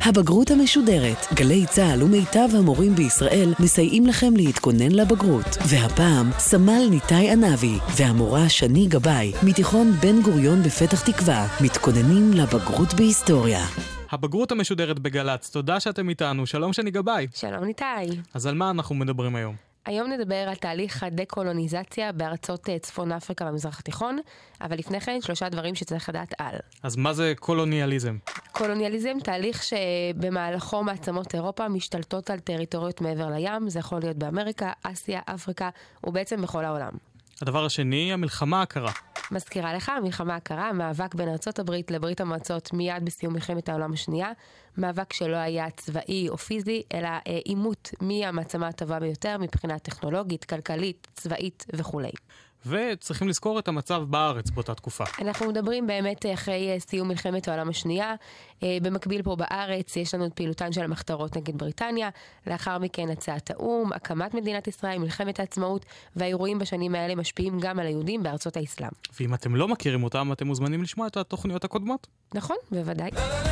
הבגרות המשודרת. גלי צהל ומיטב המורים בישראל מסייעים לכם להתכונן לבגרות. והפעם, סמל ניתאי ענבי והמורה שני גבאי מתיכון בן גוריון בפתח תקווה מתכוננים לבגרות בהיסטוריה. הבגרות המשודרת בגלץ, תודה שאתם איתנו. שלום שני גבאי. שלום ניתאי. אז על מה אנחנו מדברים היום? היום נדבר על תהליך הדקולוניזציה בארצות צפון אפריקה במזרח התיכון, אבל לפני כן 3 דברים שצריך לדעת על. אז מה זה קולוניאליזם? קולוניאליזם, תהליך שבמהלכו מעצמות אירופה משתלטות על טריטוריות מעבר לים, זה יכול להיות באמריקה, אסיה, אפריקה, ובעצם בכל העולם. הדבר השני, המלחמה הקרה. מזכירה לך, המלחמה הקרה, מאבק בין ארצות הברית לברית המועצות מיד בסיום מלחמת העולם השנייה, מאבק שלא היה צבאי או פיזי, אלא עימות מי המעצמה הטובה ביותר מבחינה טכנולוגית, כלכלית, צבאית וכו'. וצריכים לזכור את המצב בארץ באותה תקופה. אנחנו מדברים באמת אחרי סיום מלחמת העולם השנייה. במקביל פה בארץ יש לנו את פעילותן של המחתרות נגד בריטניה, לאחר מכן הצעת האו"ם, הקמת מדינת ישראל, מלחמת העצמאות, והאירועים בשנים האלה משפיעים גם על היהודים בארצות האסלאם. ואם אתם לא מכירים אותם, אתם מוזמנים לשמוע את התוכניות הקודמות. נכון, בוודאי.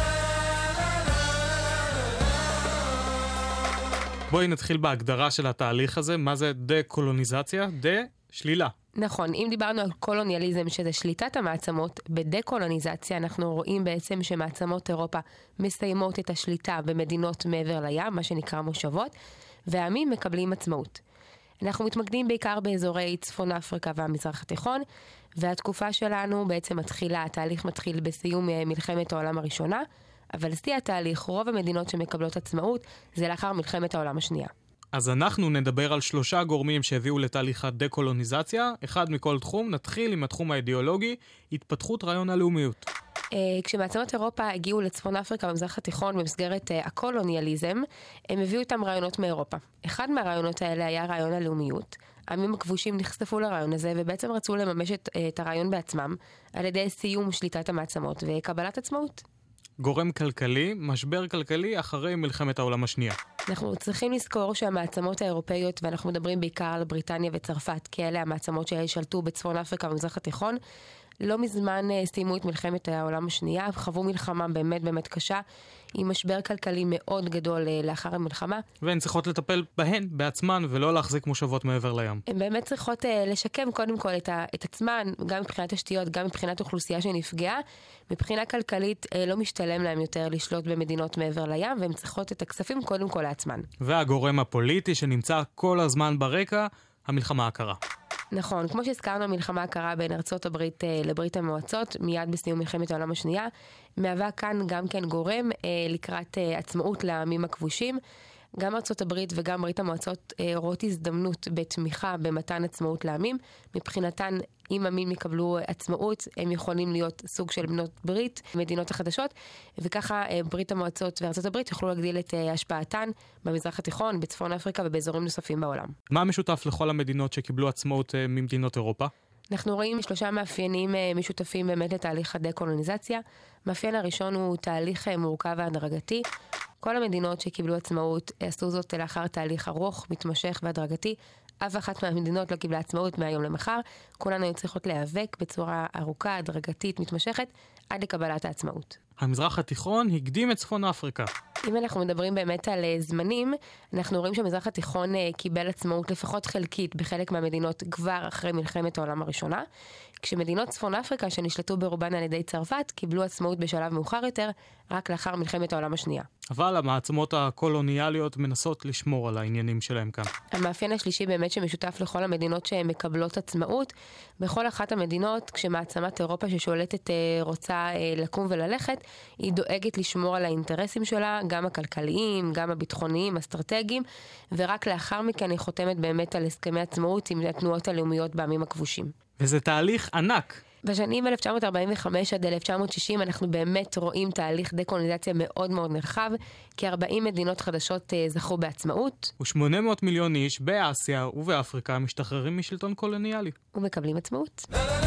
בואי נתחיל בהגדרה של התהליך הזה. מה זה דקולוניזציה? שלילה. נכון, אם דיברנו על קולוניאליזם, שזה שליטת המעצמות, בדקולוניזציה אנחנו רואים בעצם שמעצמות אירופה מסיימות את השליטה במדינות מעבר לים, מה שנקרא מושבות, והעמים מקבלים עצמאות. אנחנו מתמקדים בעיקר באזורי צפון אפריקה והמזרח התיכון, והתקופה שלנו בעצם מתחילה, התהליך מתחיל בסיום מלחמת העולם הראשונה, אבל שיא התהליך, רוב המדינות שמקבלות עצמאות, זה לאחר מלחמת העולם השנייה. אז אנחנו נדבר על 3 גורמים שהביאו לתהליך הדקולוניזציה, אחד מכל תחום. נתחיל עם התחום האידיאולוגי, התפתחות רעיון הלאומיות. כשמעצמות אירופה הגיעו לצפון אפריקה במזרח התיכון במסגרת הקולוניאליזם, הם הביאו איתם רעיונות מאירופה. אחד מהרעיונות האלה היה רעיון הלאומיות. העמים הכבושים נחשפו לרעיון הזה ובעצם רצו לממש את הרעיון בעצמם על ידי סיום שליטת המעצמות וקבלת עצמאות. גורם כלכלי, משבר כלכלי אחרי מלחמת העולם השנייה. אנחנו צריכים לזכור שהמעצמות האירופאיות, ואנחנו מדברים בעיקר על בריטניה וצרפת, כי אלה המעצמות ששלטו בצפון אפריקה במזרח התיכון, לא מזמן סיימו את מלחמת העולם השנייה, חוו מלחמה באמת באמת קשה, עם משבר כלכלי מאוד גדול לאחר המלחמה. והן צריכות לטפל בהן, בעצמן, ולא להחזיק מושבות מעבר לים. הן באמת צריכות לשקם קודם כל את עצמן, גם מבחינת תשתיות, גם מבחינת אוכלוסייה שנפגעה. מבחינה כלכלית לא משתלם להם יותר לשלוט במדינות מעבר לים, והן צריכות את הכספים קודם כל לעצמן. והגורם הפוליטי שנמצא כל הזמן ברקע, המלחמה הקרה. נכון, כמו שהזכרנו, המלחמה הקרה בין ארצות הברית לברית המועצות, מיד בסיום מלחמת העולם השנייה, מהווה כאן גם כן גורם לקראת עצמאות לעמים הכבושים. גם ארצות הברית וגם ברית המועצות רואות הזדמנות בתמיכה במתן עצמאות לעמים. מבחינתן, אם עמים יקבלו עצמאות, הם יכולים להיות סוג של בנות ברית, מדינות החדשות, וככה ברית המועצות וארצות הברית יוכלו להגדיל את השפעתן במזרח התיכון, בצפון אפריקה ובאזורים נוספים בעולם. מה משותף לכל המדינות שקיבלו עצמאות ממדינות אירופה? אנחנו רואים 3 מאפיינים משותפים באמת לתהליך הדקולוניזציה. מאפיין הראשון הוא תהליך מורכב והדרגתי. כל המדינות שקיבלו עצמאות עשו זאת לאחר תהליך ארוך, מתמשך והדרגתי. אף אחת מהמדינות לא קיבלה עצמאות מהיום למחר. כולנו היו צריכות להיאבק בצורה ארוכה, הדרגתית, מתמשכת, עד לקבלת העצמאות. המזרח התיכון הקדים את צפון אפריקה. אם אנחנו מדברים באמת על זמנים, אנחנו רואים שהמזרח התיכון קיבל עצמאות לפחות חלקית בחלק מהמדינות כבר אחרי מלחמת העולם הראשונה, כשמדינות צפון אפריקה שנשלטו ברובן על ידי צרפת קיבלו עצמאות בשלב מאוחר יותר, רק לאחר מלחמת העולם השנייה. אבל המעצמות הקולוניאליות מנסות לשמור על העניינים שלהם כאן. המאפיין השלישי באמת שמשותף לכל המדינות שמקבלות עצמאות, בכל אחת המדינות, כשמעצמת אירופה ששולטת רוצה לקום וללכת, היא דואגת לשמור על האינטרסים שלה, גם הכלכליים, גם הביטחוניים, אסטרטגיים, ורק לאחר מכן היא חותמת באמת על הסכמי עצמאות עם התנועות הלאומיות בעמים הכבושים. וזה תהליך ענק. בשנים 1945 עד 1960 אנחנו באמת רואים תהליך דקולוניזציה מאוד מאוד נרחב, כי 40 מדינות חדשות זכו בעצמאות. ו800 מיליון איש באסיה ובאפריקה משתחררים משלטון קולוניאלי. ומקבלים עצמאות.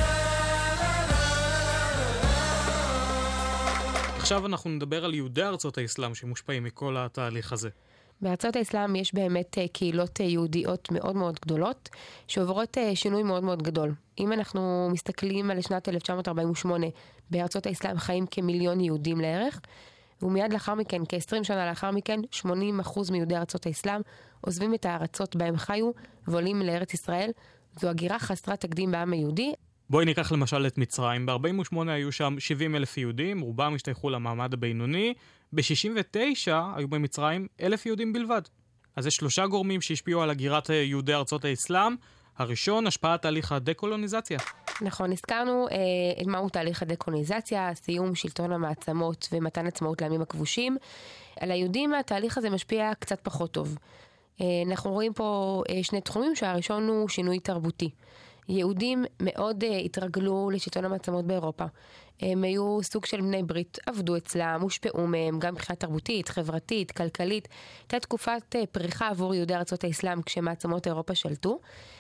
עכשיו אנחנו נדבר על יהודי ארצות האסלאם שמושפעים מכל התהליך הזה. בארצות האסלאם יש באמת קהילות יהודיות מאוד מאוד גדולות, שעוברות שינוי מאוד מאוד גדול. אם אנחנו מסתכלים על שנת 1948, בארצות האסלאם חיים כמיליון יהודים לערך, ומיד לאחר מכן, כ-20 שנה לאחר מכן, 80% מיהודי ארצות האסלאם עוזבים את הארצות בהם חיו ועולים לארץ ישראל. זו הגירה חסרת תקדים בעם היהודי. בואי ניקח למשל את מצרים. ב-48 היו שם 70,000 יהודים, רובם השתייכו למעמד הבינוני. ב-69 היו במצרים 1,000 יהודים בלבד. אז יש 3 גורמים שהשפיעו על הגירת יהודי ארצות האסלאם. הראשון, השפעת תהליך הדקולוניזציה. נכון, הזכרנו מהו תהליך הדקולוניזציה, סיום שלטון המעצמות ומתן עצמאות לעמים הכבושים. על היהודים התהליך הזה משפיע קצת פחות טוב. אנחנו רואים פה 2 תחומים, שהראשון הוא שינוי תרבותי. יהודים מאוד התרגלו לשלטון המעצמות באירופה. הם היו סוג של בני ברית, עבדו אצלם, הושפעו מהם, גם מבחינה תרבותית, חברתית, כלכלית. הייתה תקופת פריחה עבור יהודי ארצות האסלאם כשמעצמות אירופה שלטו.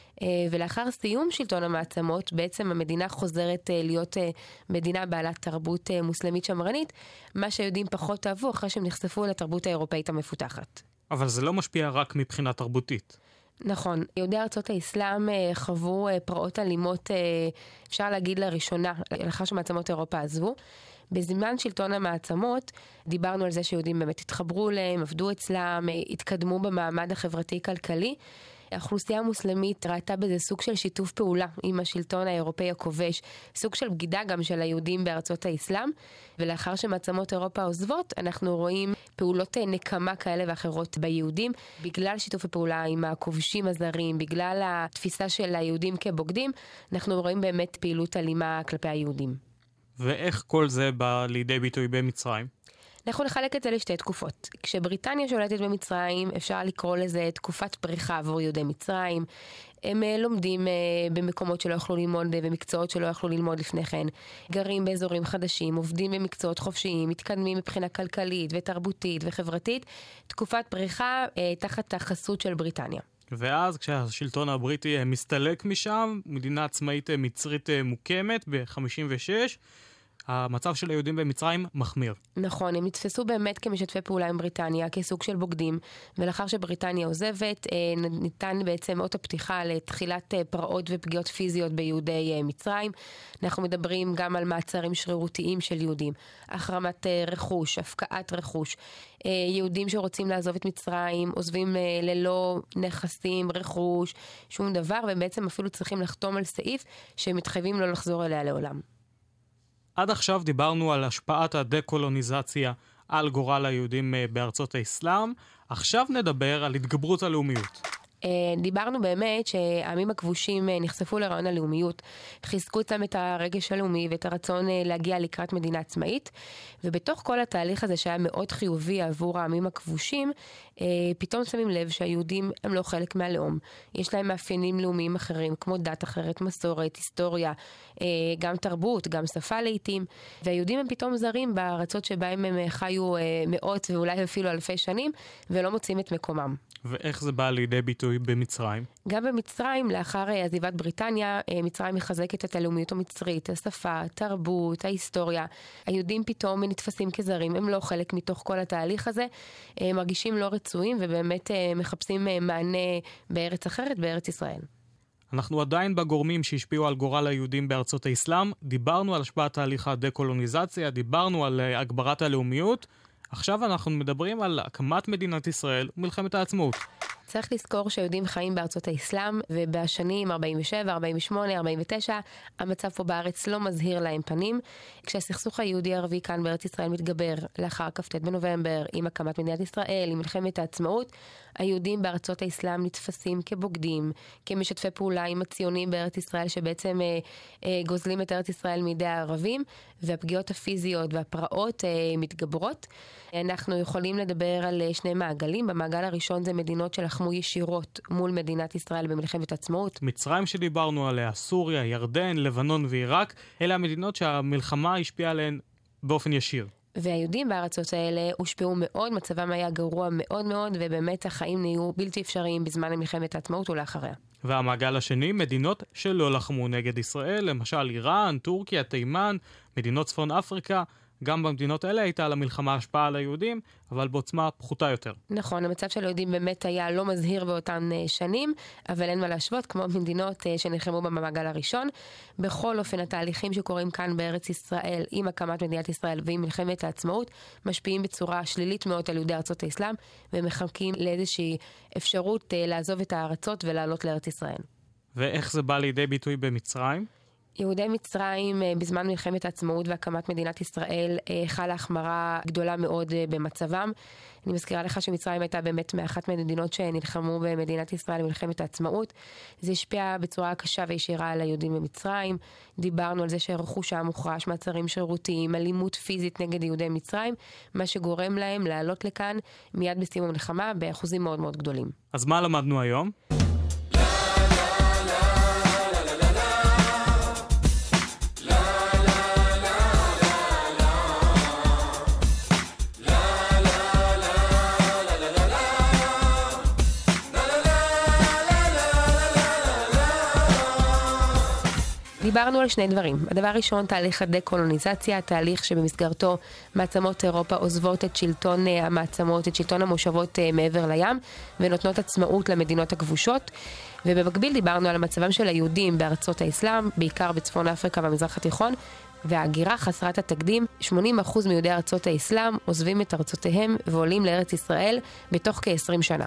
ולאחר סיום שלטון המעצמות, בעצם המדינה חוזרת להיות מדינה בעלת תרבות מוסלמית שמרנית, מה שהיהודים פחות אהבו אחרי שהם נחשפו לתרבות האירופאית המפותחת. אבל זה לא משפיע רק מבחינה תרבותית. נכון, יהודי ארצות האסלאם חוו פרעות אלימות, אפשר להגיד לראשונה, לאחר שמעצמות אירופה עזבו. בזמן שלטון המעצמות דיברנו על זה שיהודים באמת התחברו להם, עבדו אצלם, התקדמו במעמד החברתי-כלכלי. האוכלוסייה המוסלמית ראתה בזה סוג של שיתוף פעולה עם השלטון האירופאי הכובש, סוג של בגידה גם של היהודים בארצות האסלאם, ולאחר שמעצמות אירופה עוזבות, אנחנו רואים פעולות נקמה כאלה ואחרות ביהודים, בגלל שיתוף הפעולה עם הכובשים הזרים, בגלל התפיסה של היהודים כבוגדים, אנחנו רואים באמת פעילות אלימה כלפי היהודים. ואיך כל זה בא לידי ביטוי במצרים? אנחנו נחלק את זה לשתי תקופות. כשבריטניה שולטת במצרים, אפשר לקרוא לזה תקופת פריחה עבור יהודי מצרים. הם לומדים במקומות שלא יכלו ללמוד, במקצועות שלא יכלו ללמוד לפני כן. גרים באזורים חדשים, עובדים במקצועות חופשיים, מתקדמים מבחינה כלכלית ותרבותית וחברתית. תקופת פריחה תחת החסות של בריטניה. ואז כשהשלטון הבריטי מסתלק משם, מדינה עצמאית מצרית מוקמת ב-56, המצב של היהודים במצרים מחמיר. נכון, הם נתפסו באמת כמשתפי פעולה עם בריטניה, כסוג של בוגדים, ולאחר שבריטניה עוזבת, ניתן בעצם אות הפתיחה לתחילת פרעות ופגיעות פיזיות ביהודי מצרים. אנחנו מדברים גם על מעצרים שרירותיים של יהודים, החרמת רכוש, הפקעת רכוש. יהודים שרוצים לעזוב את מצרים, עוזבים ללא נכסים, רכוש, שום דבר, והם בעצם אפילו צריכים לחתום על סעיף שמתחייבים לא לחזור אליה לעולם. עד עכשיו דיברנו על השפעת הדקולוניזציה על גורל היהודים בארצות האסלאם. עכשיו נדבר על התגברות הלאומיות. דיברנו באמת שהעמים הכבושים נחשפו לרעיון הלאומיות, חיזקו אצלם את הרגש הלאומי ואת הרצון להגיע לקראת מדינה עצמאית, ובתוך כל התהליך הזה שהיה מאוד חיובי עבור העמים הכבושים, פתאום שמים לב שהיהודים הם לא חלק מהלאום. יש להם מאפיינים לאומיים אחרים, כמו דת אחרת, מסורת, היסטוריה, גם תרבות, גם שפה לעתים, והיהודים הם פתאום זרים בארצות שבהם הם חיו מאות ואולי אפילו אלפי שנים, ולא מוצאים את מקומם. ואיך זה בא לידי ביטוי במצרים? גם במצרים, לאחר עזיבת בריטניה, מצרים מחזקת את הלאומיות המצרית, השפה, התרבות, ההיסטוריה. היהודים פתאום נתפסים כזרים, הם לא חלק מתוך כל התהליך הזה, מרגישים לא רצויים ובאמת מחפשים מענה בארץ אחרת, בארץ ישראל. אנחנו עדיין בגורמים שהשפיעו על גורל היהודים בארצות האסלאם, דיברנו על השפעת תהליך הדקולוניזציה, דיברנו על הגברת הלאומיות, עכשיו אנחנו מדברים על הקמת מדינת ישראל ומלחמת העצמאות. צריך לזכור שיהודים חיים בארצות האסלאם, ובשנים 47, 48, 49, המצב פה בארץ לא מזהיר להם פנים. כשהסכסוך היהודי הערבי כאן בארץ ישראל מתגבר, לאחר כ"ט בנובמבר, עם הקמת מדינת ישראל, עם מלחמת העצמאות, היהודים בארצות האסלאם נתפסים כבוגדים, כמשתפי פעולה עם הציונים בארץ ישראל, שבעצם גוזלים את ארץ ישראל מידי הערבים, והפגיעות הפיזיות והפרעות מתגברות. אנחנו יכולים לדבר על 2 מעגלים. במעגל הראשון זה מדינות שלחמו ישירות מול מדינת ישראל במלחמת העצמאות. מצרים שדיברנו עליה, סוריה, ירדן, לבנון ועיראק, אלה המדינות שהמלחמה השפיעה עליהן באופן ישיר. והיהודים בארצות האלה הושפעו מאוד, מצבם היה גרוע מאוד מאוד, ובאמת החיים נהיו בלתי אפשריים בזמן מלחמת העצמאות ולאחריה. והמעגל השני, מדינות שלא לחמו נגד ישראל, למשל איראן, טורקיה, תימן, מדינות צפון אפריקה, גם במדינות האלה הייתה למלחמה השפעה על היהודים, אבל בעוצמה פחותה יותר. נכון, המצב של היהודים באמת היה לא מזהיר באותן שנים, אבל אין מה להשוות, כמו מדינות שנלחמו במעגל הראשון. בכל אופן, התהליכים שקורים כאן בארץ ישראל, עם הקמת מדינת ישראל ועם מלחמת העצמאות, משפיעים בצורה שלילית מאוד על יהודי ארצות האסלאם, ומחכים לאיזושהי אפשרות לעזוב את הארצות ולעלות לארץ ישראל. ואיך זה בא לידי ביטוי במצרים? יהודי מצרים בזמן מלחמת העצמאות והקמת מדינת ישראל חלה החמרה גדולה מאוד במצבם. אני מזכירה לך שמצרים הייתה באמת מאחת מהמדינות שנלחמו במדינת ישראל במלחמת העצמאות. זה השפיע בצורה קשה וישירה על היהודים במצרים. דיברנו על זה שהרכוש היה מוחרש, מעצרים שרירותיים, אלימות פיזית נגד יהודי מצרים, מה שגורם להם לעלות לכאן מיד בסיום המלחמה באחוזים מאוד מאוד גדולים. אז מה למדנו היום? דיברנו על שני דברים. הדבר הראשון, תהליך הדקולוניזציה, תהליך שבמסגרתו מעצמות אירופה עוזבות את שלטון המעצמות, את שלטון המושבות מעבר לים, ונותנות עצמאות למדינות הכבושות. ובמקביל דיברנו על מצבם של היהודים בארצות האסלאם, בעיקר בצפון אפריקה והמזרח התיכון, וההגירה חסרת התקדים. 80% מיהודי ארצות האסלאם עוזבים את ארצותיהם ועולים לארץ ישראל בתוך כ-20 שנה.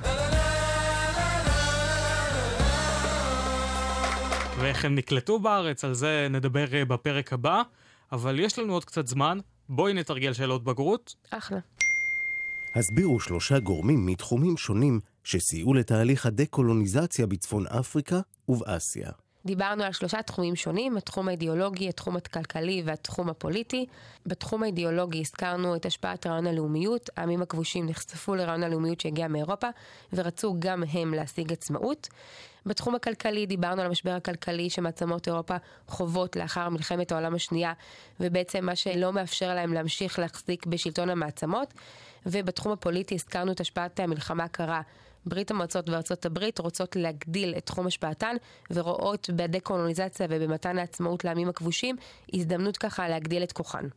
ואיך הם נקלטו בארץ, על זה נדבר בפרק הבא, אבל יש לנו עוד קצת זמן, בואי נתרגל שאלות בגרות. אחלה. הסבירו 3 גורמים מתחומים שונים שסייעו לתהליך הדקולוניזציה בצפון אפריקה ובאסיה. דיברנו על 3 תחומים שונים, התחום האידיאולוגי, התחום הכלכלי והתחום הפוליטי. בתחום האידיאולוגי הזכרנו את השפעת רעיון הלאומיות. העמים הכבושים נחשפו לרעיון הלאומיות שהגיע מאירופה, ורצו גם הם להשיג עצמאות. בתחום הכלכלי דיברנו על המשבר הכלכלי שמעצמות אירופה חוות לאחר מלחמת העולם השנייה, ובעצם מה שלא מאפשר להם להמשיך להחזיק בשלטון המעצמות. ובתחום הפוליטי הזכרנו את השפעת המלחמה הקרה. ברית המועצות וארצות הברית רוצות להגדיל את תחום השפעתן, ורואות בדקולוניזציה ובמתן העצמאות לעמים הכבושים הזדמנות ככה להגדיל את כוחן.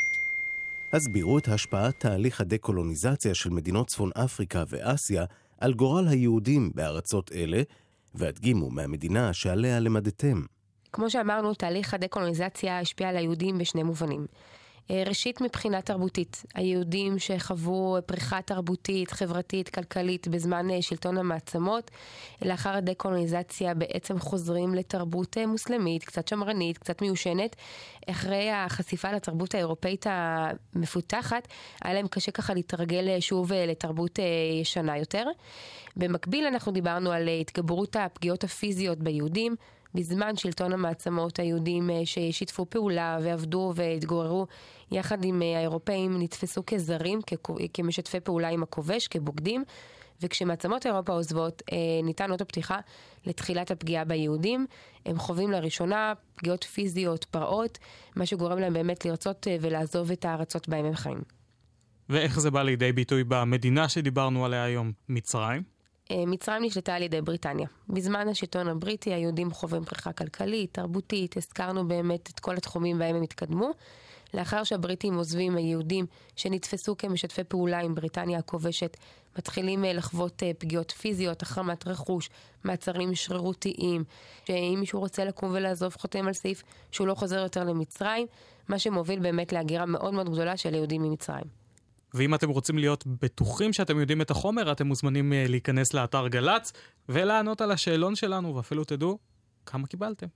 הסבירו את השפעת תהליך הדקולוניזציה של מדינות צפון אפריקה ואסיה על גורל היהודים בארצות אלה, והדגימו מהמדינה שעליה למדתם. כמו שאמרנו, תהליך הדקולוניזציה השפיע על היהודים בשני מובנים. ראשית, מבחינה תרבותית, היהודים שחוו פריחה תרבותית, חברתית, כלכלית בזמן שלטון המעצמות, לאחר הדקולוניזציה בעצם חוזרים לתרבות מוסלמית, קצת שמרנית, קצת מיושנת. אחרי החשיפה לתרבות האירופאית המפותחת, היה להם קשה ככה להתרגל שוב לתרבות ישנה יותר. במקביל אנחנו דיברנו על התגברות הפגיעות הפיזיות ביהודים, בזמן שלטון המעצמות היהודים ששיתפו פעולה ועבדו והתגוררו יחד עם האירופאים נתפסו כזרים, כמשתפי פעולה עם הכובש, כבוגדים, וכשמעצמות אירופה עוזבות ניתן אות הפתיחה לתחילת הפגיעה ביהודים. הם חווים לראשונה פגיעות פיזיות, פרעות, מה שגורם להם באמת לרצות ולעזוב את הארצות בהם הם חיים. ואיך זה בא לידי ביטוי במדינה שדיברנו עליה היום, מצרים? מצרים נשלטה על ידי בריטניה. בזמן השלטון הבריטי היהודים חווים פריחה כלכלית, תרבותית, הזכרנו באמת את כל התחומים בהם הם התקדמו. לאחר שהבריטים עוזבים, היהודים שנתפסו כמשתפי פעולה עם בריטניה הכובשת, מתחילים לחוות פגיעות פיזיות, החרמת רכוש, מעצרים שרירותיים, שאם מישהו רוצה לקום ולעזוב חותם על סעיף שהוא לא חוזר יותר למצרים, מה שמוביל באמת להגירה מאוד מאוד גדולה של יהודים ממצרים. ואם אתם רוצים להיות בטוחים שאתם יודעים את החומר, אתם מוזמנים להיכנס לאתר גלץ ולענות על השאלון שלנו, ואפילו תדעו כמה קיבלתם.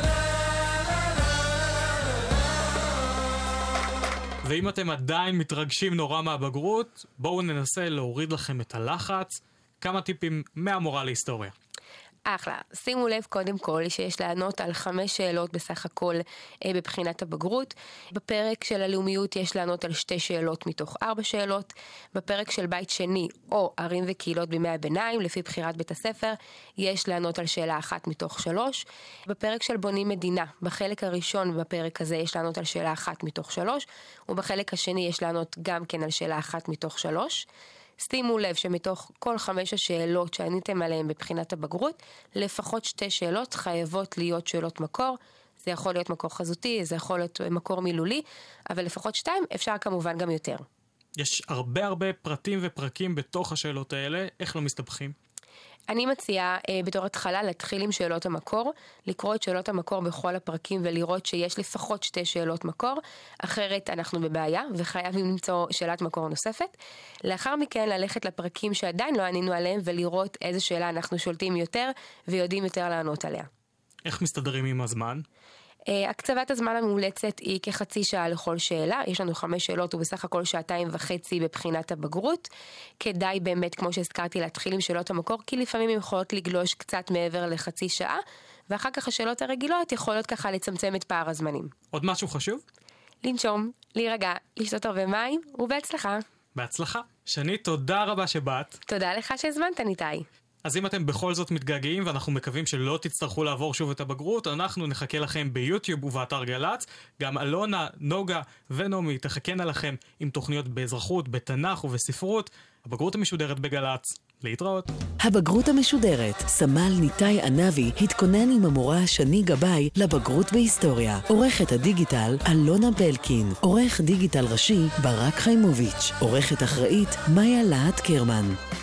ואם אתם עדיין מתרגשים נורא מהבגרות, בואו ננסה להוריד לכם את הלחץ. כמה טיפים מהמורה להיסטוריה. אחלה. שימו לב קודם כל שיש לענות על 5 שאלות בסך הכל בבחינת הבגרות. בפרק של הלאומיות יש לענות על 2 שאלות מתוך 4 שאלות. בפרק של בית שני או ערים וקהילות בימי הביניים, לפי בחירת בית הספר, יש לענות על שאלה 1 מתוך 3. בפרק של בונים מדינה, בחלק הראשון בפרק הזה יש לענות על שאלה 1 מתוך 3, ובחלק השני יש לענות גם כן על שאלה 1 מתוך 3. שימו לב שמתוך כל 5 השאלות שעניתם עליהן בבחינת הבגרות, לפחות 2 שאלות חייבות להיות שאלות מקור. זה יכול להיות מקור חזותי, זה יכול להיות מקור מילולי, אבל לפחות 2, אפשר כמובן גם יותר. יש הרבה פרטים ופרקים בתוך השאלות האלה, איך לא מסתבכים? אני מציעה בתור התחלה להתחיל עם שאלות המקור, לקרוא את שאלות המקור בכל הפרקים ולראות שיש לפחות 2 שאלות מקור, אחרת אנחנו בבעיה וחייבים למצוא שאלת מקור נוספת. לאחר מכן ללכת לפרקים שעדיין לא ענינו עליהם ולראות איזה שאלה אנחנו שולטים יותר ויודעים יותר לענות עליה. איך מסתדרים עם הזמן? הקצבת הזמן המומלצת היא כחצי שעה לכל שאלה, יש לנו 5 שאלות ובסך הכל 2.5 בבחינת הבגרות. כדאי באמת, כמו שהזכרתי, להתחיל עם שאלות המקור, כי לפעמים הן יכולות לגלוש קצת מעבר לחצי שעה, ואחר כך השאלות הרגילות יכולות ככה לצמצם את פער הזמנים. עוד משהו חשוב? לנשום, להירגע, לשתות הרבה מים, ובהצלחה. בהצלחה. שני, תודה רבה שבאת. תודה לך שהזמנת, ניתאי. אז אם אתם בכל זאת מתגעגעים, ואנחנו מקווים שלא תצטרכו לעבור שוב את הבגרות, אנחנו נחכה לכם ביוטיוב ובאתר גלץ. גם אלונה, נוגה ונומי תחכנה לכם עם תוכניות באזרחות, בתנ"ך ובספרות. הבגרות המשודרת בגלץ. להתראות. הבגרות המשודרת. סמל ניתאי ענבי התכונן עם המורה שני גבאי לבגרות בהיסטוריה. עורכת הדיגיטל אלונה בלקין. עורך דיגיטל ראשי ברק חיימוביץ'. עורכת אחראית מאיה להט קרמן.